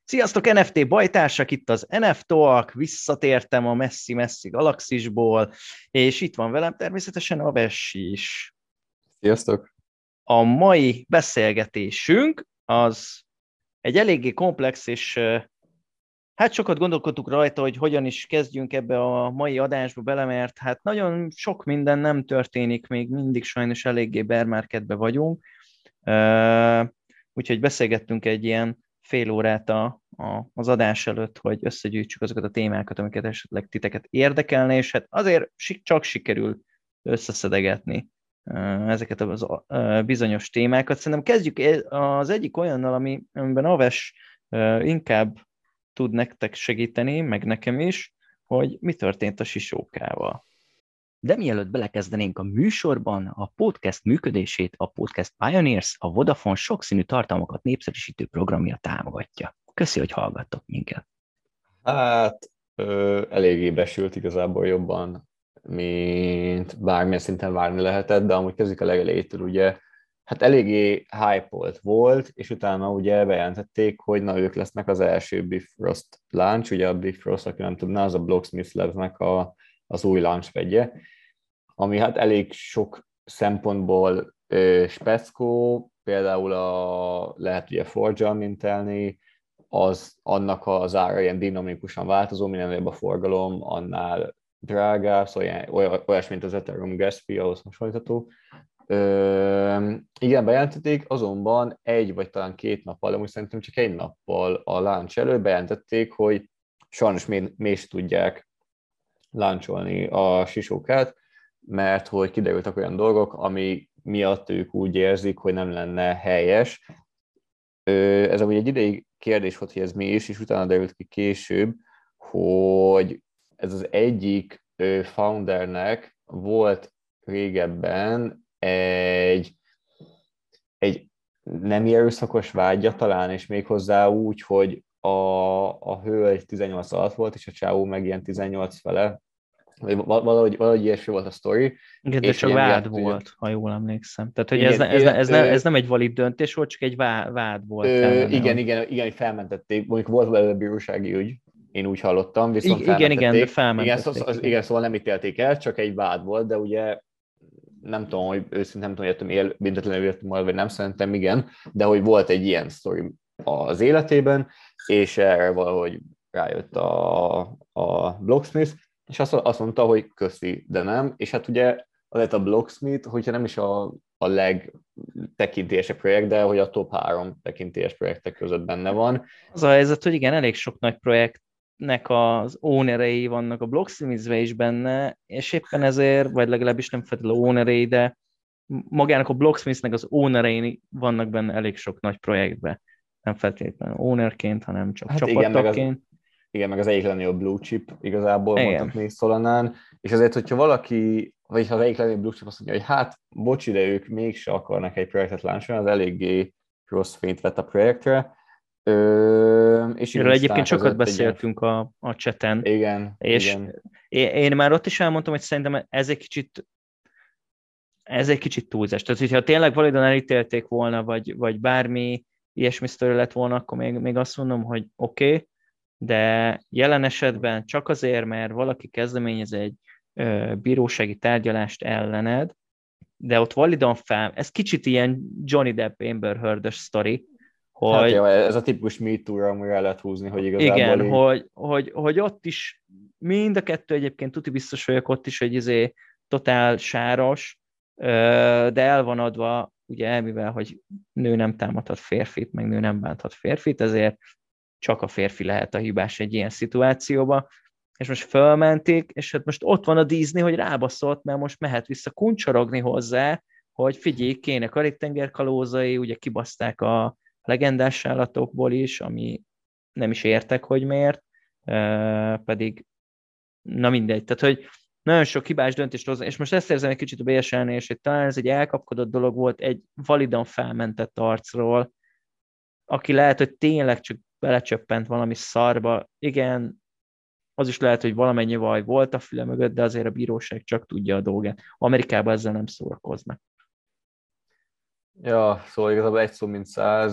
Sziasztok, NFT bajtársak, itt az NF Talk, visszatértem a messzi-messzi galaxisból, és itt van velem természetesen a Vessi is. Sziasztok! A mai beszélgetésünk az egy eléggé komplex, és hát sokat gondolkodtuk rajta, hogy hogyan is kezdjünk ebbe a mai adásba bele, mert hát nagyon sok minden nem történik, még mindig sajnos eléggé bear marketbe vagyunk, úgyhogy beszélgettünk egy ilyen fél órát az adás előtt, hogy összegyűjtsük azokat a témákat, amiket esetleg titeket érdekelne, és hát azért csak sikerül összeszedegetni ezeket a bizonyos témákat. Szerintem kezdjük az egyik olyannal, amiben Aves inkább tud nektek segíteni, meg nekem is, hogy mi történt a sisókával. De mielőtt belekezdenénk a műsorban, a podcast működését a Podcast Pioneers, a Vodafone sokszínű tartalmakat népszerűsítő programja támogatja. Köszi, hogy hallgattok minket. Hát eléggé besült igazából jobban, mint bármilyen szinten várni lehetett, de amúgy kezdjük a legelejétől, ugye, hát eléggé hype volt, és utána ugye bejelentették, hogy na ők lesznek az első Bifrost launch, ugye a Bifrost, aki nem tudná, az a Blocksmith Labs-nek az új launchpadje, ami hát elég sok szempontból speckó, például lehet ugye Forge-al mintelni, annak az ára ilyen dinamikusan változó, minél nagyobb a forgalom, annál drágább, szóval olyas, mint az Ethereum gas fee, ahhoz hasonlítható. Igen, bejelentették, azonban egy vagy talán 2 nappal, de most szerintem csak 1 nappal a launch előtt bejelentették, hogy sajnos még is tudják launcholni a sisókát, mert hogy kiderültek olyan dolgok, ami miatt ők úgy érzik, hogy nem lenne helyes. Ez amúgy egy ideig kérdés volt, hogy ez mi is, és utána derült ki később, hogy ez az egyik foundernek volt régebben egy nemi erőszakos vágya talán, és méghozzá úgy, hogy a hölgy 18 alatt volt, és a csávó meg ilyen 18 fele, valahogy ilyesmi volt a sztori. Igen, de csak vád volt, ha jól emlékszem. Tehát, hogy ez nem egy valid döntés volt, csak egy vád volt. Igen, felmentették. Mondjuk volt belőle bírósági ügy, én úgy hallottam, viszont igen, de felmentették. Igen, szóval nem ítélték el, csak egy vád volt, de ugye nem tudom, hogy őszintén nem tudom, hogy büntetlenül jöttem majd, vagy nem, szerintem igen, de hogy volt egy ilyen sztori az életében, és erre valahogy rájött a Blocksmith, és azt mondta, hogy köszi, de nem, és hát ugye azért a Blocksmith, hogyha nem is a legtekintélyesebb projekt, de hogy a top 3 tekintélyes projektek között benne van. Az a helyzet, hogy igen, elég sok nagy projektnek az ownerei vannak a Blocksmith-be is benne, és éppen ezért, vagy legalábbis nem feltétlenül ownerei, de magának a Blocksmith-nek az ownerei vannak benne elég sok nagy projektbe. Nem feltétlenül ownerként, hanem csak hát csapattagként. Igen, meg az egyik legnagyobb blue chip igazából mondhatni Solanán, és azért, hogyha valaki, vagy ha az egyik legnagyobb blue chip azt mondja, hogy hát, bocsi, de ők mégse akarnak egy projektet launcholni, az eléggé rossz fényt vett a projektre. És erről egyébként sokat beszéltünk a chaten. Igen. És igen. Én már ott is elmondtam, hogy szerintem ez egy kicsit túlzás. Tehát, hogyha tényleg validan elítélték volna, vagy bármi ilyesmi sztori lett volna, akkor még azt mondom, hogy oké, de jelen esetben csak azért, mert valaki kezdeményez egy bírósági tárgyalást ellened, de ott validan ez kicsit ilyen Johnny Depp Amber Heard-ös sztori, hogy... Hát jó, ez a tipikus Me Too-ra, amire el lehet húzni, hogy igazából... Igen, hogy ott is, mind a kettő egyébként tuti biztos vagyok ott is, hogy totál sáros, de el van adva, ugye, mivel, hogy nő nem támadhat férfit, meg nő nem bánthat férfit, ezért csak a férfi lehet a hibás egy ilyen szituációba, és most fölmentik, és hát most ott van a Disney, hogy rábaszott, mert most mehet vissza kuncsorogni hozzá, hogy figyelj, kéne Karib-tenger kalózai, ugye kibaszták a legendás állatokból is, ami nem is értek, hogy miért, pedig na mindegy, tehát hogy nagyon sok hibás döntést hozni, és most ezt érzem egy kicsit a BSL-nél, és hogy talán ez egy elkapkodott dolog volt egy validan felmentett arcról, aki lehet, hogy tényleg csak belecsöppent valami szarba. Igen, az is lehet, hogy valamennyi vaj volt a füle mögött, de azért a bíróság csak tudja a dolgát. Amerikában ezzel nem szórakoznak. Ja, szóval igazából egy szó mint 100.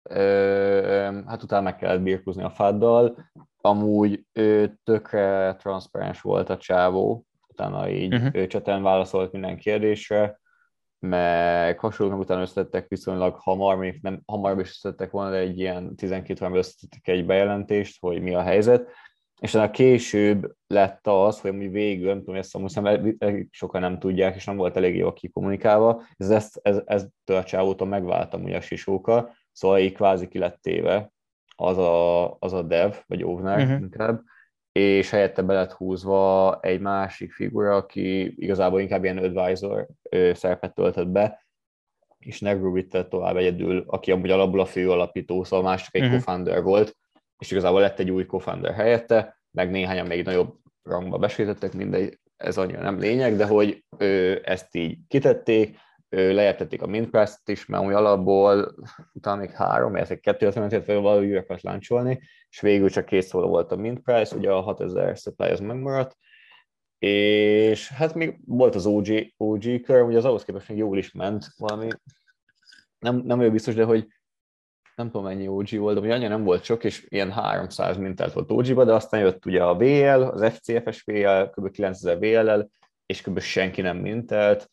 hát utána meg kellett birkózni a FAD-dal. Amúgy tökre transzparens volt a csávó, utána így cseten válaszolt minden kérdésre, meg hasonlók utána összetettek viszonylag hamar, még nem hamarabb is összetettek volna, de egy ilyen 12 óra összetettek egy bejelentést, hogy mi a helyzet, és utána később lett az, hogy amúgy végül, nem tudom, ezt amúgy sokan nem tudják, és nem volt elég jól kikommunikálva, eztől a csávótól megváltam ugye a sisóka, szóval így kvázi ki lett téve az a dev, vagy owner inkább, és helyette be lett húzva egy másik figura, aki igazából inkább ilyen advisor szerepet töltött be, és Negru vitte tovább egyedül, aki amúgy alapból a fő alapító, szóval másik egy co-founder volt, és igazából lett egy új co-founder helyette, meg néhányan még nagyobb rangba besítettek, mindegy, ez annyira nem lényeg, de hogy ezt így kitették, lejjebb a mint price-t is, mert úgy alapból utána még 3, mert egy 2 valahogy újra akart láncsolni, és végül csak 2 szóra volt a mint price, ugye a 6000 supply az megmaradt, és hát még volt az OG kör, ugye az ahhoz képest még jól is ment valami, nem olyan biztos, de hogy nem tudom mennyi OG volt, de annyira nem volt sok, és ilyen 300 mintát volt OG-ba, de aztán jött ugye a VL, az FCFS VL, kb. 9000 VL-el, és kb. Senki nem mintelt,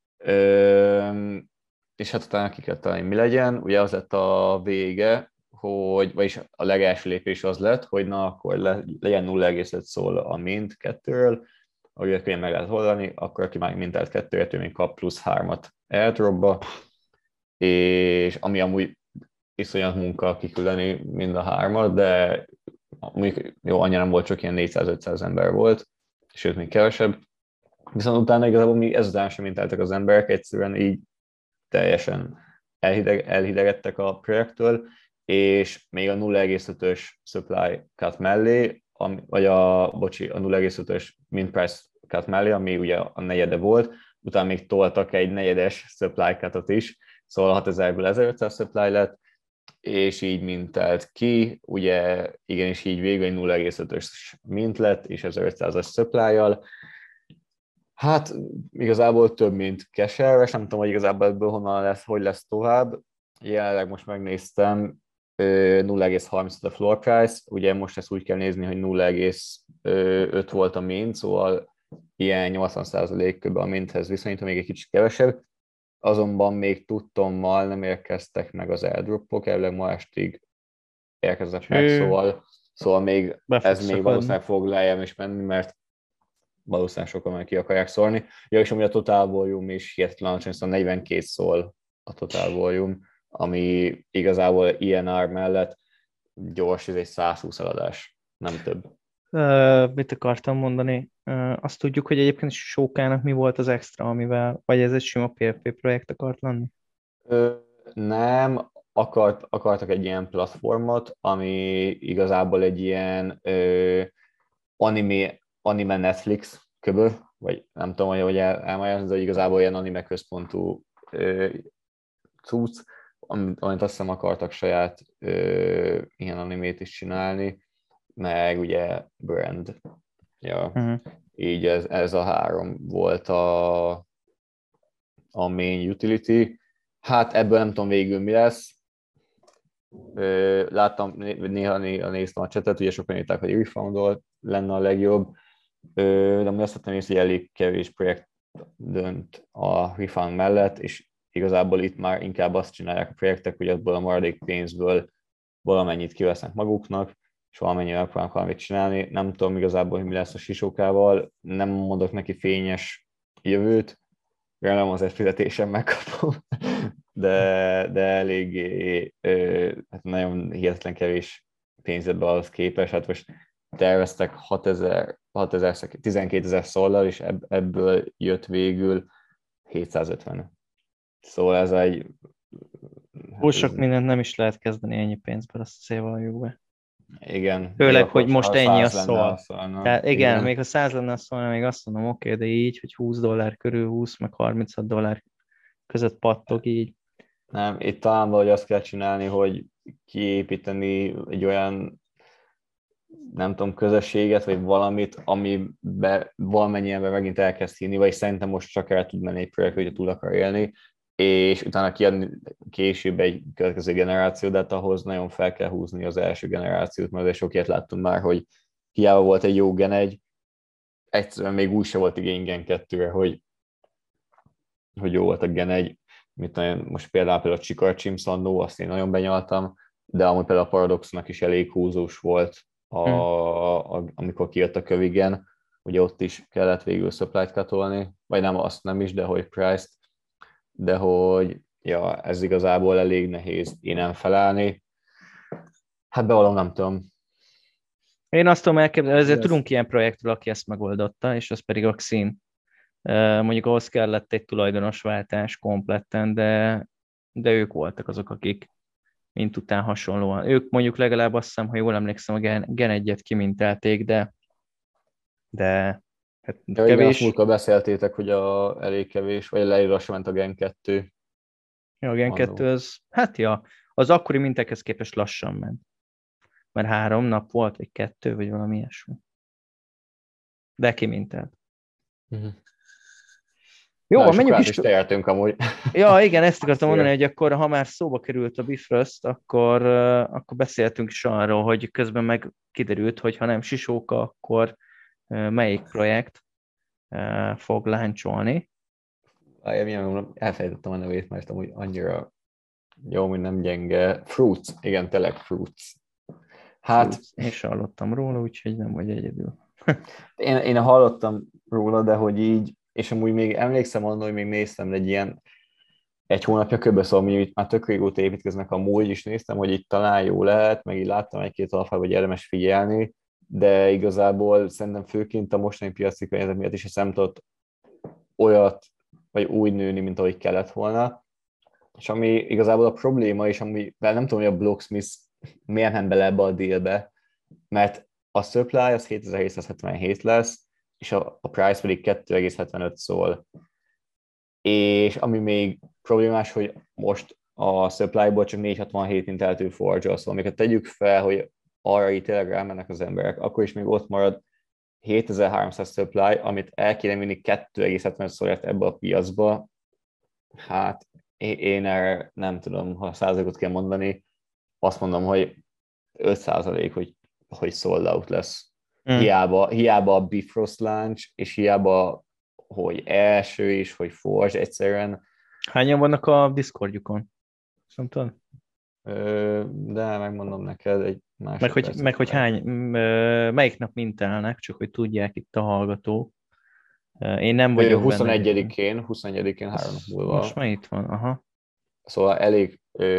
és hát utána ki kell találni, mi legyen. Ugye az lett a vége, vagyis a legelső lépés az lett, hogy na akkor legyen 0,5 szól a mint 2-ről, ahogy könnyen meg lehet oldani, akkor aki már mintelt 2-ért, még kap plusz 3-at airdropba, és ami amúgy iszonyat munka kiküldeni mind a 3-at, de jó, annyira nem volt, csak ilyen 400-500 ember volt, sőt, még kevesebb. Viszont utána igazából mi ezután sem minteltek az emberek, egyszerűen így teljesen elhidegedtek a projektől, és még a 0,5-ös supply cut mellé, vagy a 0,5-ös mint price cut mellé, ami ugye a negyede volt, utána még toltak egy negyedes supply cutot is, szóval 6000-ből 1500 supply lett, és így mintelt ki, ugye igenis így végül egy 0,5-ös mint lett, és 1500-as supply-jal. Hát igazából több, mint keserves, nem tudom, hogy igazából ebből honnan lesz, hogy lesz tovább. Jelenleg most megnéztem, 0,30 a floor price, ugye most ezt úgy kell nézni, hogy 0,5 volt a mint, szóval ilyen 80% kb. A minthez viszonyítva még egy kicsit kevesebb. Azonban még tudtommal nem érkeztek meg az airdropok, elvileg ma estig érkeznek meg, szóval még ez még valószínűleg fog lejjebb is menni, mert valószínűleg sokan már ki akarják szólni. Ja, és amúgy a total volume is hihetetlen alacsony, szóval 42 szól a total volume, ami igazából INR mellett gyors, ez egy 120 eladás, nem több. Mit akartam mondani? Azt tudjuk, hogy egyébként Sókának mi volt az extra, amivel, vagy ez egy sima PFP projekt akart lenni? Nem, akartak egy ilyen platformot, ami igazából egy ilyen anime Netflix köbö, vagy nem tudom, hogy elmagyarázni, de igazából ilyen anime központú cucc, amit azt hiszem akartak saját ilyen animét is csinálni, meg ugye brand. Ja. Így ez a 3 volt a main utility. Hát ebből nem tudom végül mi lesz. Láttam, néha néztem a chatet, ugye sokan írták, hogy refund lenne a legjobb, de most azt vettem észre, hogy elég kevés projekt dönt a refund mellett, és igazából itt már inkább azt csinálják a projektek, hogy abból a maradék pénzből valamennyit kivesznek maguknak, és valamennyire akarnak valamit csinálni. Nem tudom igazából, hogy mi lesz a sisókával, nem mondok neki fényes jövőt, remélem az fizetésem megkapom, de eléggé hát nagyon hihetetlen kevés pénzedbe az képes. Hát most terveztek 12 000 szallal, és ebből jött végül 750. Szóval ez egy... Túl sok mindent nem is lehet kezdeni ennyi pénzből, azt szélvaljuk be. Igen. Főleg, hogy most ennyi a szól. Tehát igen, még ha 100 lenne a szólna, még azt mondom, oké, de így, hogy $20 körül, 20 meg $36 között pattog így. Nem, itt talán valahogy azt kell csinálni, hogy kiépíteni egy olyan, nem tudom, közösséget, vagy valamit, amiben valamennyi ember megint elkezd hinni, vagy szerintem most csak el tud menni egy projekt, hogy túl akar élni, és utána kiadni később egy következő generáció, de hát ahhoz nagyon fel kell húzni az első generációt, mert azért sok ilyet láttunk már, hogy hiába volt egy jó Gen 1, egyszerűen még úgy se volt igény Gen 2-re, hogy jó volt a Gen 1. Most például a Csikarcsim Szandó, azt én nagyon benyaltam, de amúgy például a Paradoxnak is elég húzós volt, amikor kijött a Kövigen, ugye ott is kellett végül supply-t katolni, vagy nem, azt nem is, de hogy price-t, de hogy ja, ez igazából elég nehéz innen felállni. Hát bevallom, nem tudom. Én azt tudom elképzelni, ezért tudunk ilyen projektről, aki ezt megoldotta, és az pedig a Xin. Mondjuk ahhoz kellett egy tulajdonosváltás kompletten, de ők voltak azok, akik mint után hasonlóan. Ők mondjuk legalább azt hiszem, ha jól emlékszem, a Gen 1-et kimintálték, de hát ja, kevés. Igen, azt múltkor beszéltétek, hogy elég kevés, vagy leírásra ment a Gen 2. Ja, a Gen 2 az, hát ja, az akkori mintákhez képest lassan ment. Mert 3 nap volt, vagy 2, vagy valami ilyesmi. De kimintált. Uh-huh. Jó, na, menjünk is. És tehetünk amúgy. Ja, igen, ezt akartam mondani, hogy akkor, ha már szóba került a Bifrost, akkor beszéltünk is arról, hogy közben meg kiderült, hogy ha nem Sisóka, akkor melyik projekt fog láncsolni. Elfelejtettem a nevét, mert amúgy annyira jó, hogy nem gyenge. Fruits, igen, tényleg Fruits. Hát, Fruits. Én sem hallottam róla, úgyhogy nem vagy egyedül. én hallottam róla, de hogy így, és amúgy még emlékszem annól, hogy még néztem egy hónapja kb. Szóval hogy itt már tök régóta építkeznek amúgy, is néztem, hogy itt talán jó lehet, meg így láttam egy-két alfát, hogy érdemes figyelni, de igazából szerintem főként a mostani piaci környezet miatt is nem tudott olyat, vagy úgy nőni, mint ahogy kellett volna. És ami igazából a probléma, és ami nem tudom, hogy a Blocksmith miért nem bele ebbe a dealbe, mert a supply az 7777 lesz, és a price pedig 2,75 szól. És ami még problémás, hogy most a supply-ból csak 467 inteltő forge-al szól. Amiket tegyük fel, hogy arra így tényleg rámennek az emberek, akkor is még ott marad 7300 supply, amit el kéne vinni 2,75 szorért ebbe a piacba. Hát én erre nem tudom, ha 100%-ot kell mondani, azt mondom, hogy 5%, hogy sold out lesz. Hiába a Bifrost launch, és hiába, hogy első is, hogy Forge egyszerűen. Hányan vannak a Discordjukon? Nem tudom. De megmondom neked egy másik meg hogy melyik nap mintálnak, csak hogy tudják itt a hallgatók. Én nem vagyok 21-én 3 nap múlva. Most már itt van, aha. Szóval elég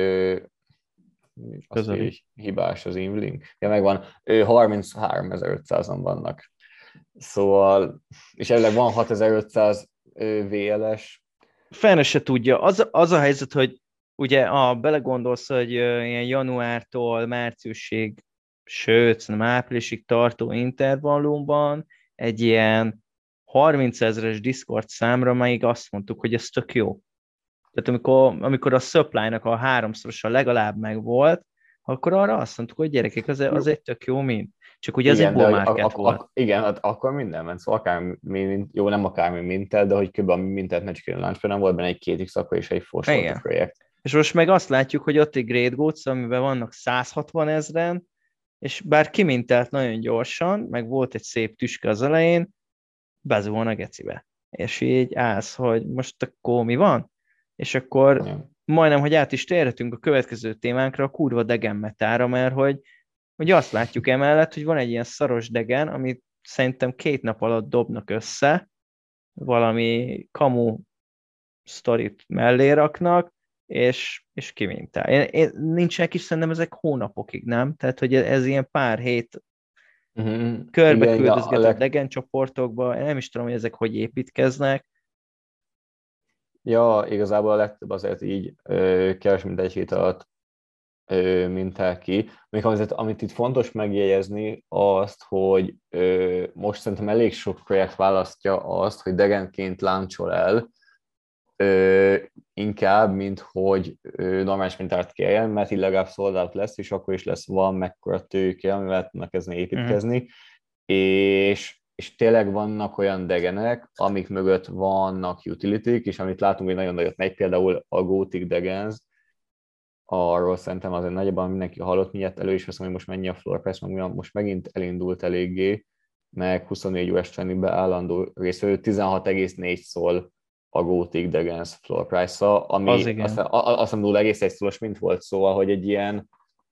hibás az Inlink. Ja, megvan, 33.500-an vannak. Szóval, és elvileg van 6500 VLS. Fene se tudja. Az a helyzet, hogy ugye, belegondolsz, hogy ilyen januártól márciusig, sőt, áprilisig tartó intervallumban egy ilyen 30 000-es Discord számra még azt mondtuk, hogy ez tök jó. Tehát amikor a supply-nak a 3-szorosa legalább megvolt, akkor arra azt mondtuk, hogy gyerekek, az egy tök jó mint. Csak ugye ez egy bull market volt. Igen, akkor minden ment, szóval akármi, jó, nem akármi mintel, de hogy kb. A mintet Magic Launch-ban nem volt benne egy 2x, akkor is egy force projekt. És most meg azt látjuk, hogy ott egy Great Goats, amiben vannak 160 000, és bár kimintelt nagyon gyorsan, meg volt egy szép tüske az elején, bezuhan a gecibe. És így állsz, hogy most akkor mi van? És akkor majdnem, hogy át is térhetünk a következő témánkra, a kurva degen metára, mert hogy azt látjuk emellett, hogy van egy ilyen szaros degen, amit szerintem 2 nap alatt dobnak össze, valami kamu sztorit mellé raknak, és kimintál. Nincsenek is szerintem ezek hónapokig, nem? Tehát, hogy ez ilyen pár hét körbe küldözgetett degen csoportokba, nem is tudom, hogy ezek hogy építkeznek. Ja, igazából a legtöbb azért így keves, mint egy hét alatt mintel ki. Még azért, amit itt fontos megjegyezni, azt, hogy most szerintem elég sok projekt választja azt, hogy degenként láncsol el, inkább, mint hogy normális mintát kérjen, mert így legalább sold out lesz, és akkor is lesz van mekkora tőke, amivel tudnak kezdeni építkezni, és és tényleg vannak olyan degenek, amik mögött vannak utility-k, és amit látunk, hogy nagyon nagyot megy, például a Gothic Degens, arról szerintem azért nagyobban mindenki hallott, miatt elő is veszem, hogy most mennyi a floor price, meg most megint elindult eléggé, meg 24 US trendingbe állandó részvevő, 16,4 szól a Gothic Degens floor price-a, ami azt hiszem 0,1 szólos mint volt, szóval, hogy egy ilyen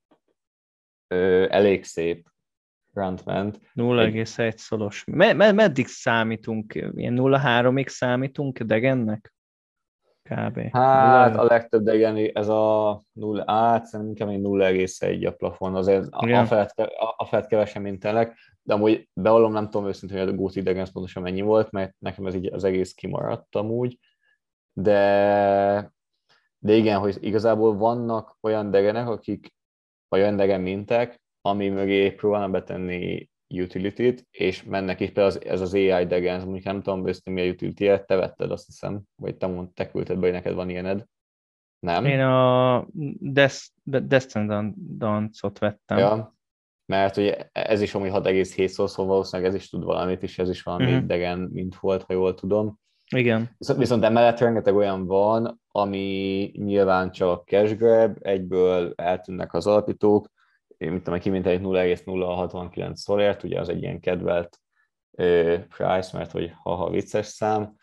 elég szép rant ment. 0,1 szolos. Meddig számítunk? Ilyen 0,3-ig számítunk Degennek? Kb. Hát a legtöbb Degen ez a 0, szerintem inkább 0,1 a plafon, azért a felett kevesen, mint tényleg, de amúgy bevallom, nem tudom őszintén, hogy a Gothic Degens pontosan mennyi volt, mert nekem ez így az egész kimaradt amúgy, de igen, hogy igazából vannak olyan degenek, akik olyan degen mintek, ami mögé próbálnak betenni utility-t, és mennek is, például ez az AI degen, mondjuk nem tudom mi a utility-et, te vetted, azt hiszem, vagy te küldted be, hogy neked van ilyened. Nem? Én a Descendants-ot vettem. Ja, mert ugye ez is amúgy 6,7 szó, szóval valószínűleg ez is tud valamit, és ez is valami degen mint volt, ha jól tudom. Igen. Viszont emellett rengeteg olyan van, ami nyilván csak cash grab, egyből eltűnnek az alapítók, mit tudom, kimintelik 0,069 szolért, ugye az egy ilyen kedvelt price, mert hogy ha vicces szám,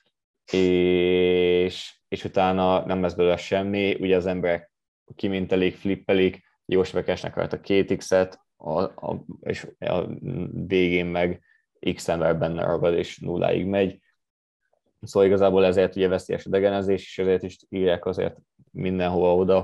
és utána nem lesz belőle semmi, ugye az emberek kimintelik, flippelik, jósra keresnek rajta 2x-et, és a végén meg x ember benne ragad, és nulláig megy. Szóval igazából ezért ugye veszélyes a degenezés, és ezért is írják azért mindenhova oda,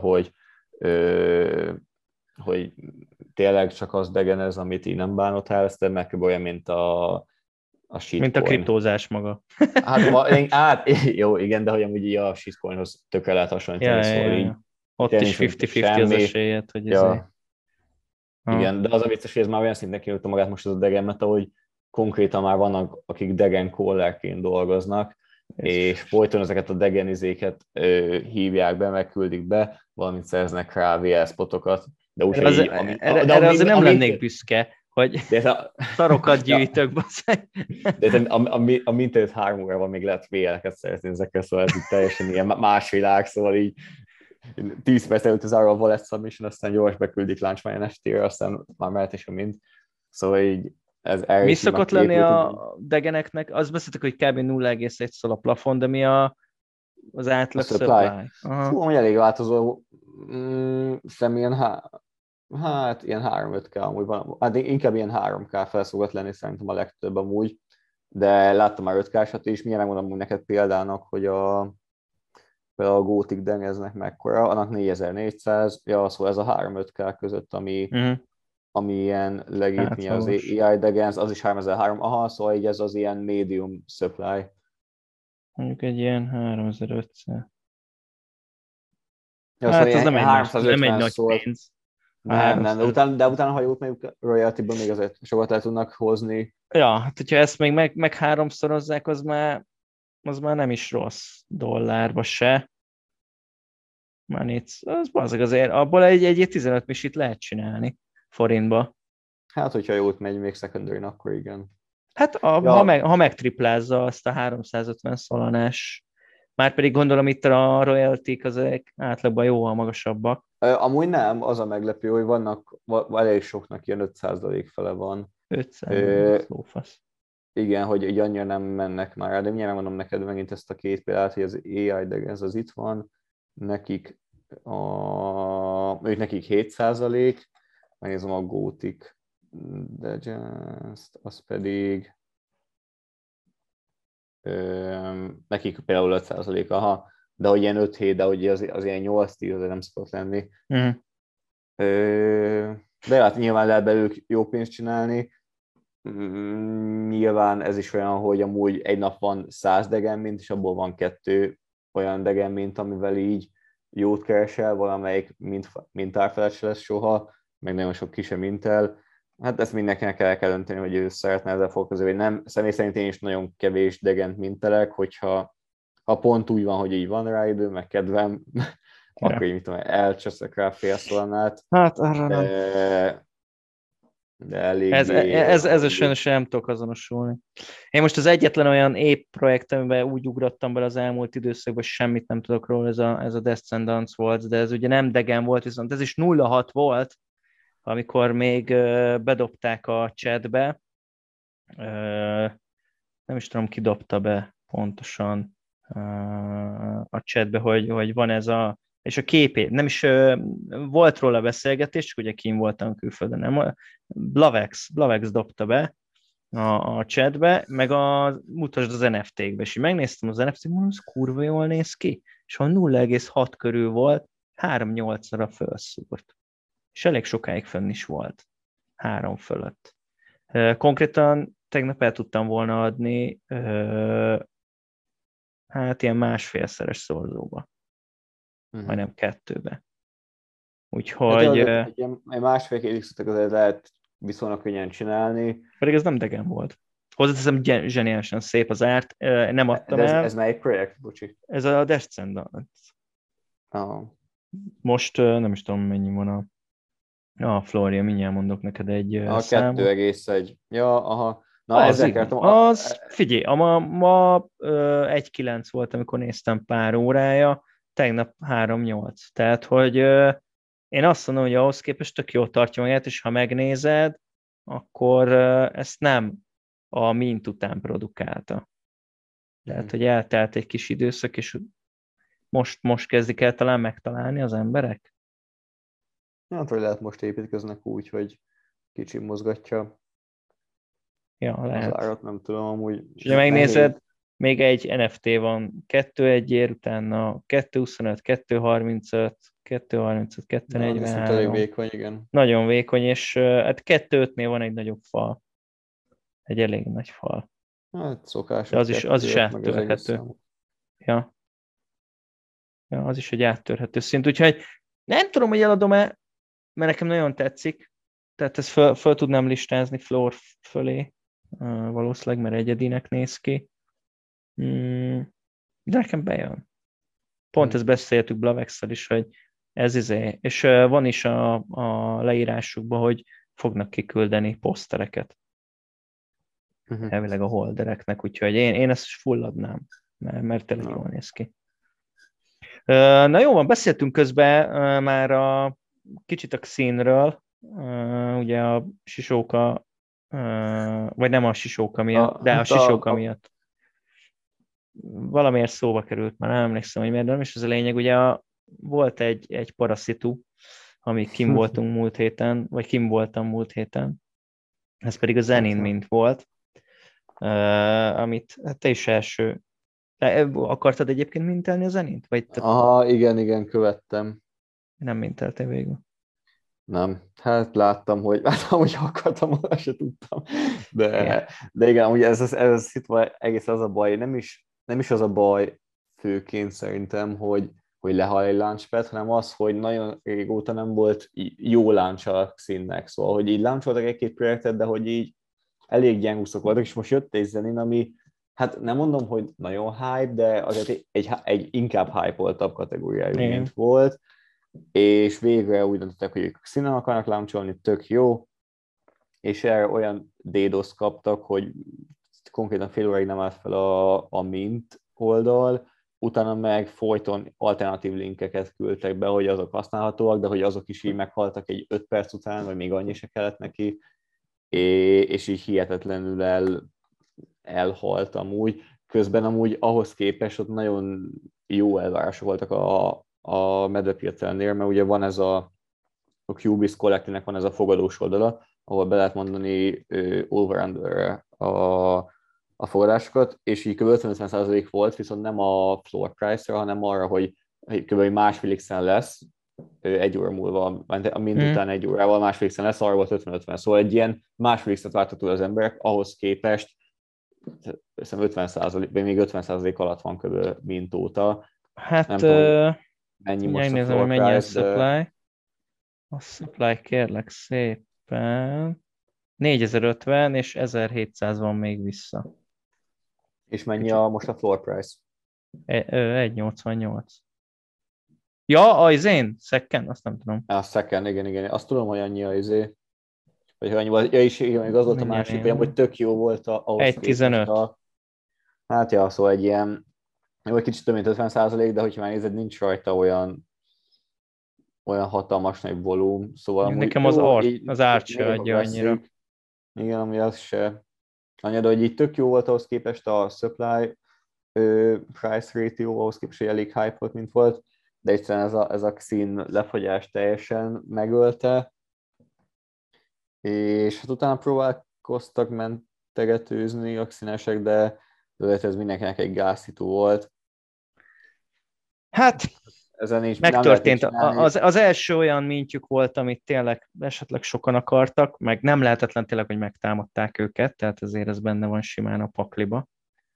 hogy tényleg csak az degenez, amit így nem bánott el, meg olyan, mint a shitcoin. Mint a kriptózás maga. Hát jó, igen, de hogy amúgy a shitcoinhoz tökre lehet hasonlítani, szóval így. Ott is 50-50 az esélyed, hogy ezért. Igen, de az a vicces, hogy ez már olyan szinten kinőtte magát most ez a degen, mert ahogy konkrétan már vannak, akik degen callerként dolgoznak, és folyton ezeket a degenizéket hívják be, megküldik be, valamint szereznek rá VL spotokat. De úgy, erre azért nem lennék büszke, hogy szarokat gyűjtök, basszony. De a mintegy 3 órában még lehet VL-eket szerezni ezekkel, szóval ez így teljesen ilyen más világ, szóval így 10 perc előtt az arra a wallet submission, aztán gyors beküldik Launchmine estére, aztán már mehet is a mint. Szóval így mi szokott lenni a degeneknek? Azt beszéltek, hogy kb. 0,1 szól a plafon, de mi az átlag supply? Fú, elég változó. Szerintem ilyen 3-5K amúgy van. Hát inkább ilyen 3K fel szokott lenni szerintem a legtöbb amúgy, de láttam már 5K-sat is. Milyen megmondom neked példának, hogy például a Gothic Dengeznek mekkora, annak 4400, szóval ez a 3-5K között, ami ilyen legit, mi az AI Degens, az is 3003, szóval így ez az ilyen medium supply. Mondjuk egy ilyen 3500. Ja, hát szóval ez nem egy nagy pénz. Nem, de utána, ha jót megyünk royalty-ből, még azért sokat el tudnak hozni. Ja, hát hogyha ezt még meg háromszorozzák, az már nem is rossz dollárba se. Az azért, abból egy 15 misit lehet csinálni forintba. Hát, hogyha jót megy még secondary, akkor igen. Hát ha megtriplázza azt a 350 szolanás, már pedig gondolom itt a royalty-k azok átlagban jóval magasabbak. Amúgy nem, az a meglepő, hogy vannak, elég soknak ilyen 5% fele van. 500 lófasz. Igen, hogy annyira nem mennek már, de mindjárt mondom neked megint ezt a két példát, hogy az AI, de ez az itt van, nekik 7%, megnézem a Gothic Digest, az pedig nekik például 5%, aha, de hogy ilyen 5-7, de hogy az ilyen 8-10 azért nem szokott lenni. De hát nyilván lehet belőlük jó pénzt csinálni. Nyilván ez is olyan, hogy amúgy egy nap van 100 degen mint, és abból van 2 olyan degen mint, amivel így jót keresel, valamelyik mintárfelett se lesz soha, meg nagyon sok ki sem mintel. Hát ezt mindenkinek el kell dönteni, hogy ő szeretne ezzel foglalkozni, vagy nem. Személy szerint én is nagyon kevés degent mintelek, hogyha pont úgy van, hogy így van rá idő, meg kedvem, akkor így elcseszek rá fél szolnát. Hát arra nem. de eléggé... Ez sajnos nem tudok azonosulni. Én most az egyetlen olyan épp projekt, amiben úgy ugrottam bele az elmúlt időszakban, hogy semmit nem tudok róla, ez a Descendants volt, de ez ugye nem Degen volt, viszont ez is 0-6 volt, amikor még bedobták a chatbe, nem is tudom, ki dobta be pontosan a chatbe, hogy van ez a, és a képét, nem is volt róla beszélgetés, csak ugye kim voltam külföldön, nem? Blavex dobta be a chatbe, meg mutasd az NFT-kbe, és megnéztem az NFT-t, mondom, ez kurva jól néz ki, és ha 0,6 körül volt, 3,8-ra felszúrt. És elég sokáig fönn is volt. 3 fölött. Konkrétan tegnap el tudtam volna adni hát ilyen 1,5-szeres szorzóba. Majdnem 2-be. Úgyhogy... Hát, egy 1,5-2 x-ot azért lehet viszonylag könnyen csinálni. Pedig ez nem Degen volt. Hozzáteszem, zseniálisan szép az árt. Nem adtam el. el. Ez melyik projekt, bocsi? Ez a Descendants. Most nem is tudom, mennyi van a Floria, mindjárt mondok neked egy számot. 2,1. Ja, aha. Na, Figyelj, ma 1,9 volt, amikor néztem pár órája, tegnap 3,8. Tehát, hogy én azt mondom, hogy ahhoz képest tök jól tartja magát, és ha megnézed, akkor ezt nem a mint után produkálta. Tehát, hogy eltelt egy kis időszak, és most kezdik el talán megtalálni az emberek? Hát, hogy lehet most építkeznek úgy, hogy kicsi mozgatja lehet. az árat, nem tudom, amúgy. És ugye megnézed, még egy NFT van, 2,1 utána 2,25, 2,35, 2,35, 2,43. Elég vékony, igen. Nagyon vékony, és hát 2,5-nél van egy nagyobb fal. Egy elég nagy fal. Hát szokás. Az is áttörhető. Ja, az is egy áttörhető szint. Úgyhogy nem tudom, hogy eladom-e, mert nekem nagyon tetszik. Tehát ezt föl tudnám listázni floor fölé. Valószínűleg, mert egyedinek néz ki. De nekem bejön. Pont ezt beszéltük Blavex-szel is, hogy ez és van is a leírásukban, hogy fognak kiküldeni posztereket. Elvileg a holdereknek, úgyhogy én ezt fulladnám, mert tényleg jól néz ki. Na jó van, beszéltünk közben már kicsit a színről, ugye a sisóka, vagy nem a sisóka miatt, de a sisóka miatt. Valamiért szóba került, már nem emlékszem, hogy miért, de nem is ez a lényeg, ugye volt egy paraszitu, ami kim voltam múlt héten, ez pedig a Zenin mint volt, amit te is első. Akartad egyébként mintelni a Zenint? Aha, igen, követtem. Nem minteltél végül. Nem, hát láttam, hogy akartam, azt se tudtam. De igen, ugye ez itt egész az a baj, nem is az a baj főként szerintem, hogy lehal egy launchpad, hanem az, hogy nagyon régóta nem volt jó launch a színnek. Szóval, hogy így launcholtak egy-két projektet, de hogy így elég gyengúszok voltak, és most jött egy Zenin, ami hát nem mondom, hogy nagyon hype, de azért egy inkább hype-oltabb kategóriájú, mint volt, és végre úgy döntöttek, hogy ők színen akarnak launcholni, tök jó, és erre olyan DDoS kaptak, hogy konkrétan fél óráig nem állt fel a mint oldal, utána meg folyton alternatív linkeket küldtek be, hogy azok használhatóak, de hogy azok is így meghaltak egy 5 perc után, vagy még annyi se kellett neki, és így hihetetlenül elhalt amúgy. Közben amúgy ahhoz képest ott nagyon jó elvárások voltak a medvepiacelnél, mert ugye van ez a Cubase Collective-nek van ez a fogadós oldala, ahol be lehet mondani over-under a fogadásokat, és így kb. 50% volt, viszont nem a floor price-ra, hanem arra, hogy kb. másfél x-en lesz, egy óra múlva, a mint után egy órával másfél x-en lesz, arra volt 50-50. Szóval egy ilyen másfél x-et vártató az emberek, ahhoz képest 50%, vagy még 50% alatt van kb. Mint óta. Hát, nem tudom, mennyi most a floor mennyi price, a supply. A supply kérlek szépen 4050 és 1700 van még vissza. És mennyi most a floor price? 1,88. Ja, az én? Second? Azt nem tudom. A second, igen. Azt tudom, hogy annyi a izé. vagy annyi volt, ja is, igen, még az volt a Mindjárt másik, nézem. hogy tök jó volt ahhoz képest 1,15. hát ja, szóval egy ilyen, jó, egy kicsit több mint 50%, de hogyha megnézed, nincs rajta olyan hatalmas nagy volum, szóval amúgy Nekem jó, az így art se még adja annyira. igen, ami az se annyira, de hogy így tök jó volt ahhoz képest a supply price ratio, ahhoz képest, hogy elég hype volt, mint volt, de egyszerűen ez a szín lefagyás teljesen megölte, és hát utána próbálkoztak mentegetőzni a színesek, de ez mindenkinek egy gászító volt. Hát, Ezen is nem lehet megtörtént. csinálni. Az első olyan mintjük volt, amit tényleg esetleg sokan akartak, meg nem lehetetlen tényleg, hogy megtámadták őket, tehát azért ez benne van simán a pakliba.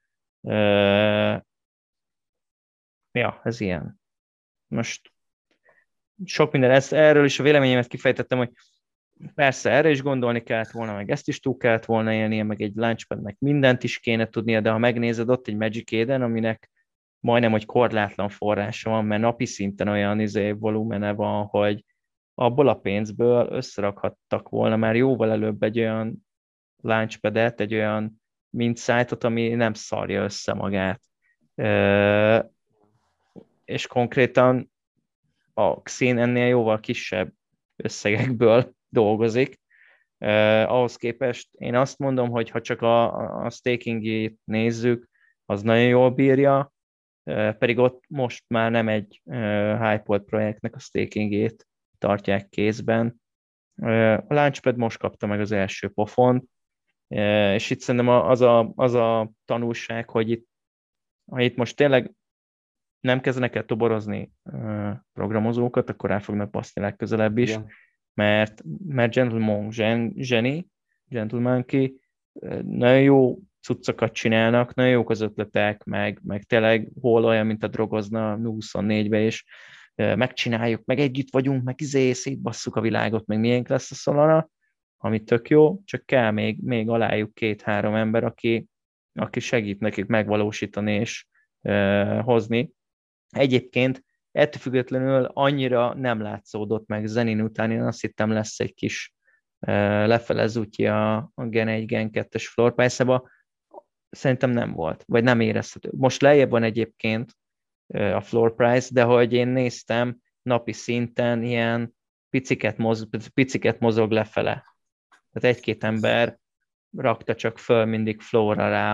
Ja, ez ilyen. Most sok minden, erről is a véleményemet kifejtettem, hogy persze erre is gondolni kellett volna, meg ezt is túl kellett volna élnie, meg egy Launchpadnek mindent is kéne tudnia, de ha megnézed, ott egy Magic Eden, aminek majdnem, hogy korlátlan forrása van, mert napi szinten olyan volumene van, hogy abból a pénzből összerakhattak volna már jóval előbb egy olyan Launchpadet, egy olyan mint site-ot, ami nem szarja össze magát. És konkrétan a Xin ennél jóval kisebb összegekből dolgozik. Ahhoz képest én azt mondom, hogy ha csak a stakingjét nézzük, az nagyon jól bírja, pedig ott most már nem egy hype projektnek a stakingjét tartják kézben. A Launchpad most kapta meg az első pofont, és itt szerintem az a tanulság, hogy itt most tényleg nem kezdenek el toborozni programozókat, akkor rá fognak baszni legközelebb is, igen. mert Gentlemanki nagyon jó cuccokat csinálnak, nagyon jók az ötletek, meg tényleg hol olyan, mint a Drogozna 24-be is, megcsináljuk, meg együtt vagyunk, meg szétbasszuk a világot, meg miénk lesz a Solana, ami tök jó, csak kell még alájuk 2-3 ember, aki segít nekik megvalósítani és hozni. Egyébként ettől függetlenül annyira nem látszódott meg Zenin után, én azt hittem lesz egy kis lefelez útja a Gen 1, Gen 2-es floor price-ba. Szerintem nem volt, vagy nem érezhető. Most lejjebb van egyébként a floor price, de hogy én néztem, napi szinten ilyen piciket mozog lefele. Tehát egy-két ember rakta csak föl mindig floorra rá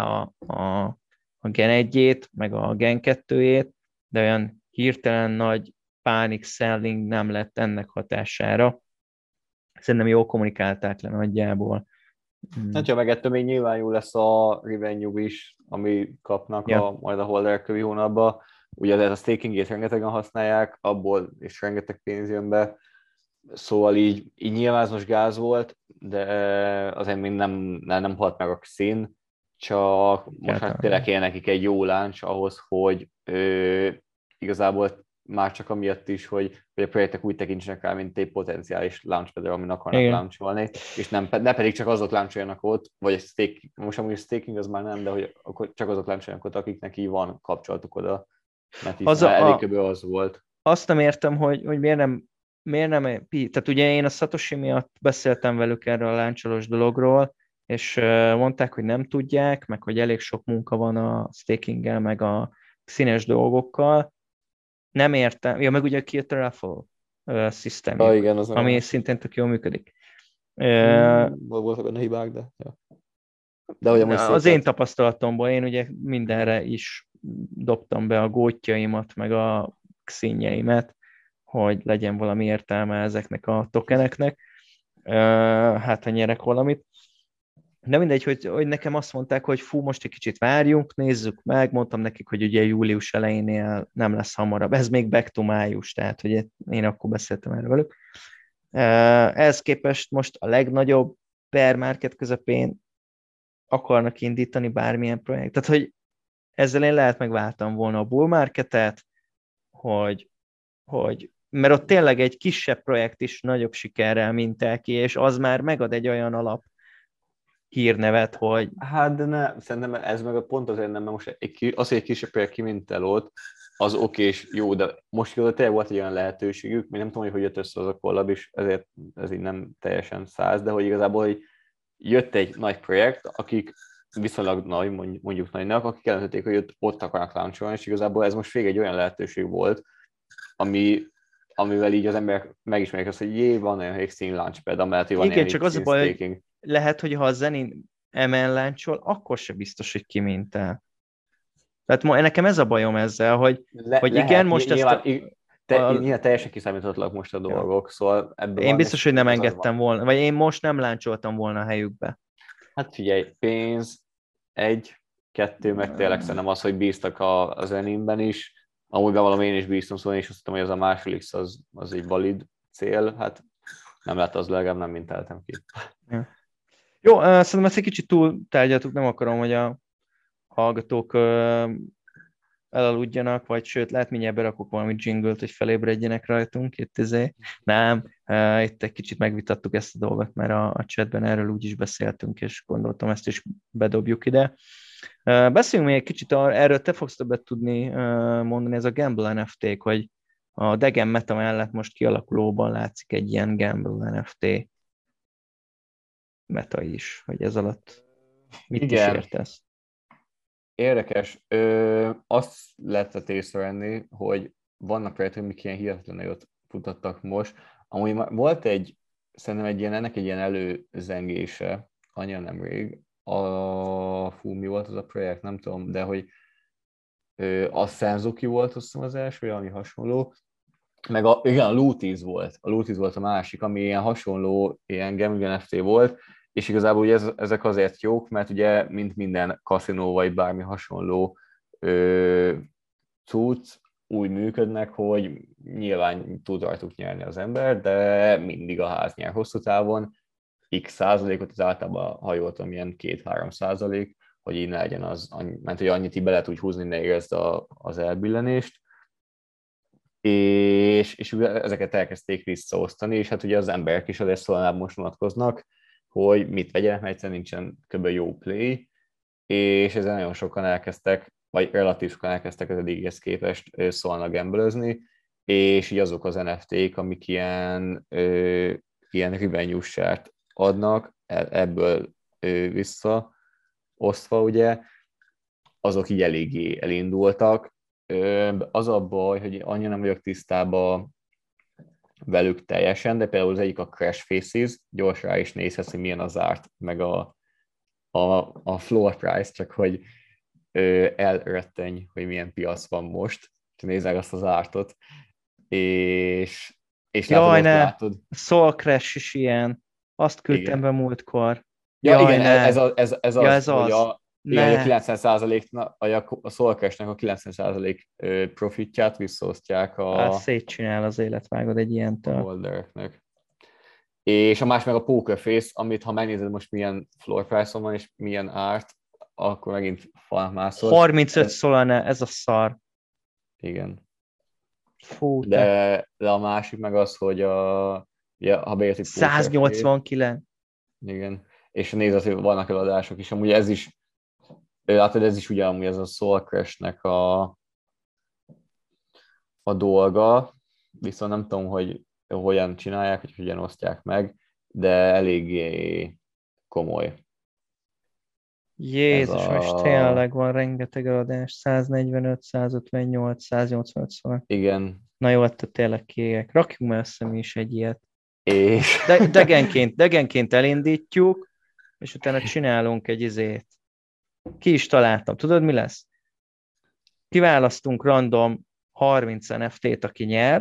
a Gen 1-ét, meg a Gen 2-ét, de olyan hirtelen nagy panic selling nem lett ennek hatására. Szerintem jól kommunikálták le nagyjából. Hát ja, meg ettől még nyilván jó lesz a revenue is, ami kapnak majd a holder kövi hónapban. Ugye a stakingét rengetegen használják, abból és rengeteg pénz jön be. Szóval így nyilván ez most gáz volt, de azért még nem halt meg a szín, csak most hát tényleg kéne nekik egy jó launch ahhoz, hogy igazából már csak amiatt is, hogy a projektek úgy tekintsenek rá, mint egy potenciális launchpadre, amin akarnak launcholni, és ne pedig csak azok launcholjanak ott, vagy a most amúgy a staking az már nem, de hogy akkor csak azok launcholjanak ott, akiknek így van kapcsolatuk oda, mert is elég kb. Az volt. Azt nem értem, hogy miért nem, tehát ugye én a Satoshi miatt beszéltem velük erről a láncsolós dologról, és mondták, hogy nem tudják, meg hogy elég sok munka van a stakinggel, meg a színes dolgokkal. Nem értem. Ja, meg ugye kijött a Raffle systemjük, ami szintén tök jól működik. Voltak benne hibák, de... Ja. Az én tapasztalatomból én ugye mindenre is dobtam be a gótjaimat, meg a xinjeimet, hogy legyen valami értelme ezeknek a tokeneknek. Hát, ha nyerek valamit. De mindegy, hogy nekem azt mondták, hogy fú, most egy kicsit várjunk, nézzük meg, mondtam nekik, hogy ugye július elejénél nem lesz hamarabb. Ez még back to május, tehát hogy én akkor beszéltem erről velük. Ehhez képest most a legnagyobb bear market közepén akarnak indítani bármilyen projekt. Tehát, hogy ezzel én lehet megváltam volna a bull marketet, mert ott tényleg egy kisebb projekt is nagyobb sikerrel mintel ki, és az már megad egy olyan alap hírnevet, hogy... Hát, de ne, szerintem ez meg a pont azért nem, mert most az, hogy egy kisebb projekt kimintel ott, az okés, jó, de most tényleg volt egy olyan lehetőségük, még nem tudom, hogy jött össze az a collab, és ezért ez így nem teljesen 100, de hogy igazából hogy jött egy nagy projekt, akik viszonylag nagy, mondjuk nagynak, akik jelentették, hogy ott akarnak launcholni, és igazából ez most még egy olyan lehetőség volt, amivel így az emberek megismerik azt, hogy van olyan Hexing Launchpad, amellett, hogy van igen, ilyen csak az a baj, hogy lehet, hogy ha a Zenin ML láncsol, akkor se biztos, hogy kimintel. Tehát nekem ez a bajom ezzel, hogy igen, most nyilván, ezt nyilván teljesen kiszámíthatatlanak most a dolgok, szóval ebből én biztos, hogy nem engedtem volna, vagy én most nem láncsoltam volna a helyükbe. Hát figyelj, pénz, 1, 2, meg tényleg szerintem az, hogy bíztak a Zeninben is, amúgy bevallom, én is bíztam, szóval én is azt hittem, hogy ez a második az egy valid cél, hát nem lett az, legalább nem minteltem ki. Ja. Jó, szerintem ezt egy kicsit túl tárgyaltuk, nem akarom, hogy a hallgatók elaludjanak, vagy sőt, lehet mindjárt berakok valami jingle-t, hogy felébredjenek rajtunk. Nem, itt egy kicsit megvitattuk ezt a dolgot, mert a chatben erről úgy is beszéltünk, és gondoltam, ezt is bedobjuk ide. Beszéljünk még egy kicsit, erről te fogsz többet tudni mondani, ez a Gamble NFT-k, hogy a Degen Meta mellett most kialakulóban látszik egy ilyen Gamble NFT meta is, hogy ez alatt mit is értesz? Érdekes. Azt lehetett észrevenni, hogy vannak projektek, amik ilyen hihetetlenül jót futattak most. Amúgy volt szerintem ennek egy ilyen előzengése, annyira nemrég. Mi volt az a projekt, nem tudom, de hogy a Senzuki volt, azt hiszem az első, ami hasonló. Meg igen, a Looties volt. A Looties volt a másik, ami ilyen hasonló, ilyen Gambling NFT volt, és igazából ugye ezek azért jók, mert ugye mint minden kaszinó vagy bármi hasonló cucc úgy működnek, hogy nyilván tud rajtuk nyerni az ember, de mindig a ház nyer hosszú távon, x százalékot, az általában, ha jól tudom, ilyen 2-3%, hogy így ne legyen az, mert hogy annyit így be lehet úgy húzni, ne érezd az elbillenést, és ezeket elkezdték visszaosztani, és hát ugye az emberek is azért szóval most vonatkoznak, hogy mit vegyenek, mert egyszerűen nincsen kb. Jó play, és ezzel nagyon sokan elkezdtek, vagy relatív sokan elkezdtek az eddighez képest szólna gamblözni, és így azok az NFT-k, amik ilyen revenue share-t adnak, ebből visszaosztva, ugye, azok így eléggé elindultak. Az a baj, hogy annyira nem vagyok tisztában velük teljesen, de például az egyik a Crash Faces, gyorsan rá is nézhetsz, hogy milyen az árt, meg a floor price, csak hogy elrettenj, hogy milyen piac van most, nézzek azt az ártot, és jaj, látod. Soul Crash is ilyen, azt küldtem be múltkor. Ja, jaj, igen, ez az. Igen, a 90%, a Soul Crash-nek a 90% profitját visszaosztják szétcsinál az élet, vágod egy ilyentől. A holdereknek. És a más meg a Poker Face, amit ha megnézed most milyen floor price-on van, és milyen árt, akkor megint falmászol. 35 Solana, ez a szar. Igen. Fú, de a másik meg az, hogy ha beértik 189. Igen. És nézd, hogy vannak eladások is. Amúgy ez is, látod, ez is ugye amúgy ez a Soul Crash-nek a dolga, viszont nem tudom, hogy hogyan csinálják, hogy hogyan osztják meg, de eléggé komoly. Jézus, most tényleg van rengeteg eladás, 145, 158, 185 szóval. Igen. Na jó, ettől tényleg kiégek. Rakjunk már össze mi is egy ilyet. És... Degenként elindítjuk, és utána csinálunk egy izét. Ki is találtam. Tudod, mi lesz? Kiválasztunk random 30 NFT-t, aki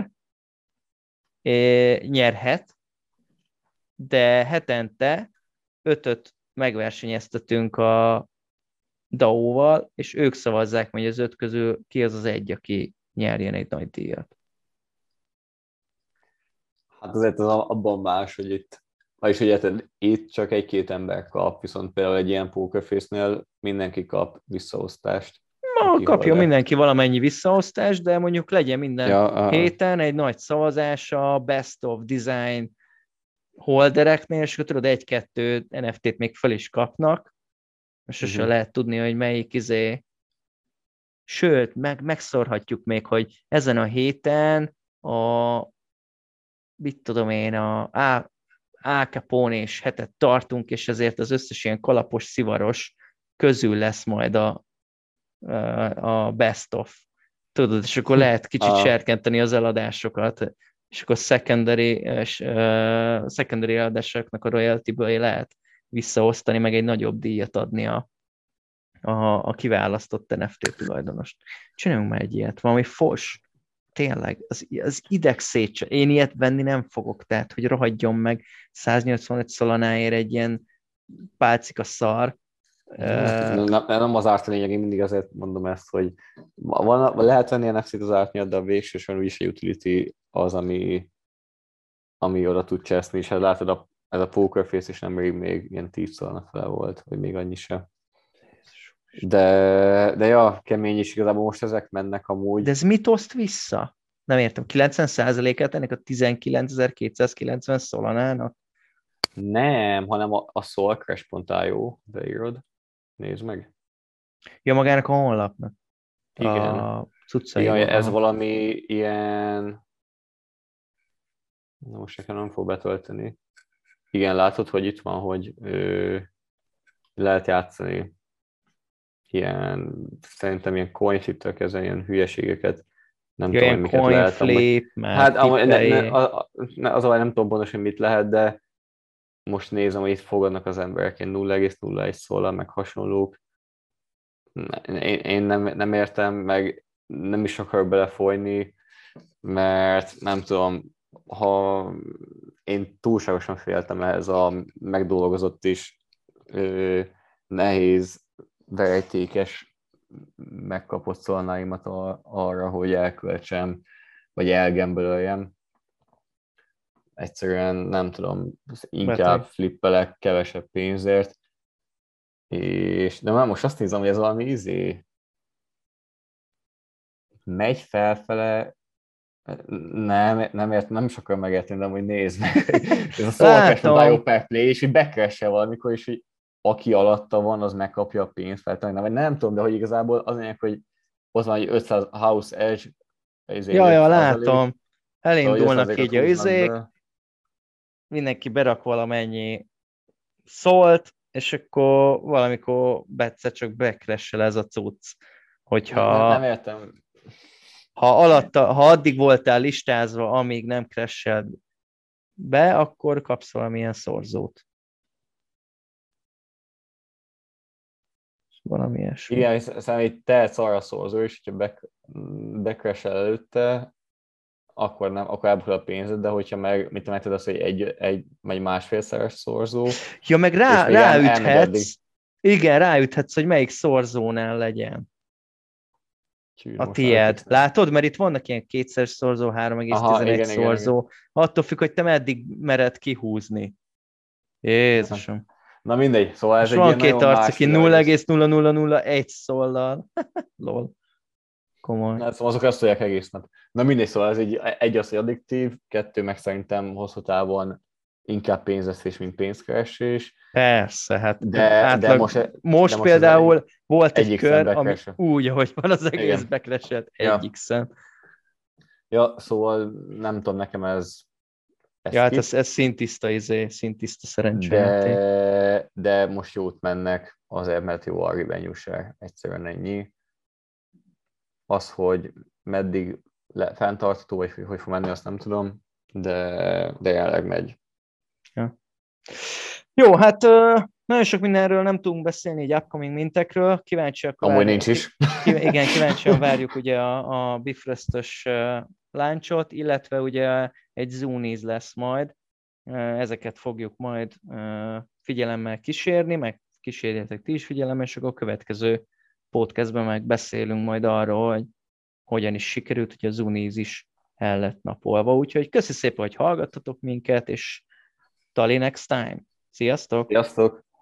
nyerhet, de hetente 5-öt megversenyeztetünk a DAO-val, és ők szavazzák, hogy az 5 közül ki az az egy, aki nyerjen egy nagy díjat. Hát azért az abban más, hogy itt csak 1-2 ember kap, viszont például egy ilyen Poker Face-nél mindenki kap visszaosztást. Kapja mindenki valamennyi visszaosztást, de mondjuk legyen minden héten egy nagy szavazás a Best of Design holdereknél, és akkor tudod, 1-2 NFT-t még fel is kapnak, és sosem lehet tudni, hogy melyik Sőt, megszorhatjuk még, hogy ezen a héten mit tudom én, Al Capone-s hetet tartunk, és ezért az összes ilyen kalapos, szivaros közül lesz majd a best of. Tudod, és akkor lehet kicsit serkenteni az eladásokat, és akkor secondary eladásoknak a royalty-ből lehet visszaosztani, meg egy nagyobb díjat adni a kiválasztott NFT tulajdonost. Csináljunk már egy ilyet, valami fos. Tényleg, az ideg szétse. Én ilyet venni nem fogok, tehát, hogy rohadjon meg 185 szolanáért egy ilyen pálcika szar. Nem az árt a lényeg, én mindig azért mondom ezt, hogy lehet venni NFT-t az árt miatt, de a végsősorban úgyis a utility az, ami oda tud cseszni, és hát látod, ez a Poker Face is nemrég még ilyen 10 szolana fele volt, vagy még annyi sem. De ja, kemény is, igazából most ezek mennek amúgy. De ez mit oszt vissza? Nem értem, 90%-át ennek a 19.290 szolanának? Nem, hanem a soulcrash.io, beírod. Nézd meg. Ja, magának a honlapnak. Igen. A cuccaival. Igen, ez valami ilyen... Na most nekem nem fog betölteni. Igen, látod, hogy itt van, hogy lehet játszani ilyen, szerintem ilyen coinflip-től kezdve ilyen hülyeségeket. Nem tudom, hogy miket lehet. Coinflip, hát az a nem tudom pontosan, mit lehet, de most nézem, hogy itt fogadnak az emberek ilyen 0,01 szólal, meg hasonlók. Én nem értem, meg nem is akarok belefolyni, mert nem tudom, ha én túlságosan féltem ehhez a megdolgozott is nehéz, verejtékes megkapott szolnáimat arra, hogy elköltsem, vagy elgembölöljem. Egyszerűen nem tudom, inkább flippelek kevesebb pénzért. De már most azt nézem, hogy ez valami megy felfele, nem is akarom megérteni, de hogy nézd meg. Ez a Soulcrash per play, és hogy bekeresse valamikor, és hogy aki alatta van, az megkapja a pénzt feltenni. Nem tudom, de hogy igazából az lényeg, hogy ott van egy 500 House Edge. Ja, látom. Elindulnak így a üzék, mindenki berak valamennyi szólt, és akkor valamikor egyszer csak becrash-el ez a cucc. Hogyha... Nem értem. Ha addig voltál listázva, amíg nem crash-eld be, akkor kapsz valamilyen szorzót. Valami ilyesmi. Igen, hiszen itt tehetsz arra szorzó, és hogyha becrash-el előtte, akkor elbukod a pénzed, de hogyha mit megted azt, hogy egy vagy másfélszeres szorzó. Ja, meg ráüthetsz. Igen, ráüthetsz, hogy melyik szorzónál legyen. A tiéd. Látod? Mert itt vannak ilyen 2-szeres szorzó, 3,11 szorzó. Igen. Attól függ, hogy te meddig mered kihúzni. Jézusom. Na mindegy, szóval ez egy van két arc, aki 0,0001 szollal. Lol. Komoly. Na, szóval azok azt tudják egész nap. Na mindegy, szóval ez egy az, hogy addiktív, 2 meg szerintem hosszú távon inkább pénzvesztés, mint pénzkeresés. Persze, hát de most például volt egy kör, ami úgy, ahogy van, az egész bekresett egyik-szen. Ja, szóval nem tudom, nekem ez ja, hát ez szintiszta szerencséjáték. De most jót mennek azért, mert jó a revenue share, egyszerűen ennyi. Az, hogy meddig fenntartható, vagy hogy fog menni, azt nem tudom, de jelenleg megy. Ja. Jó, hát nagyon sok mindenről nem tudunk beszélni, így upcoming mintekről. Kíváncsiak. Amúgy nincs is. Igen, kíváncsian várjuk ugye a Bifröstös láncsot, illetve ugye egy Zooneez lesz majd. Ezeket fogjuk majd figyelemmel kísérni, meg kísérjetek ti is figyelemmel, és akkor a következő podcastben meg beszélünk majd arról, hogy hogyan is sikerült, hogy a Zooneez is el lett napolva. Úgyhogy köszi szépen, hogy hallgattatok minket, és tali next time. Sziasztok! Sziasztok!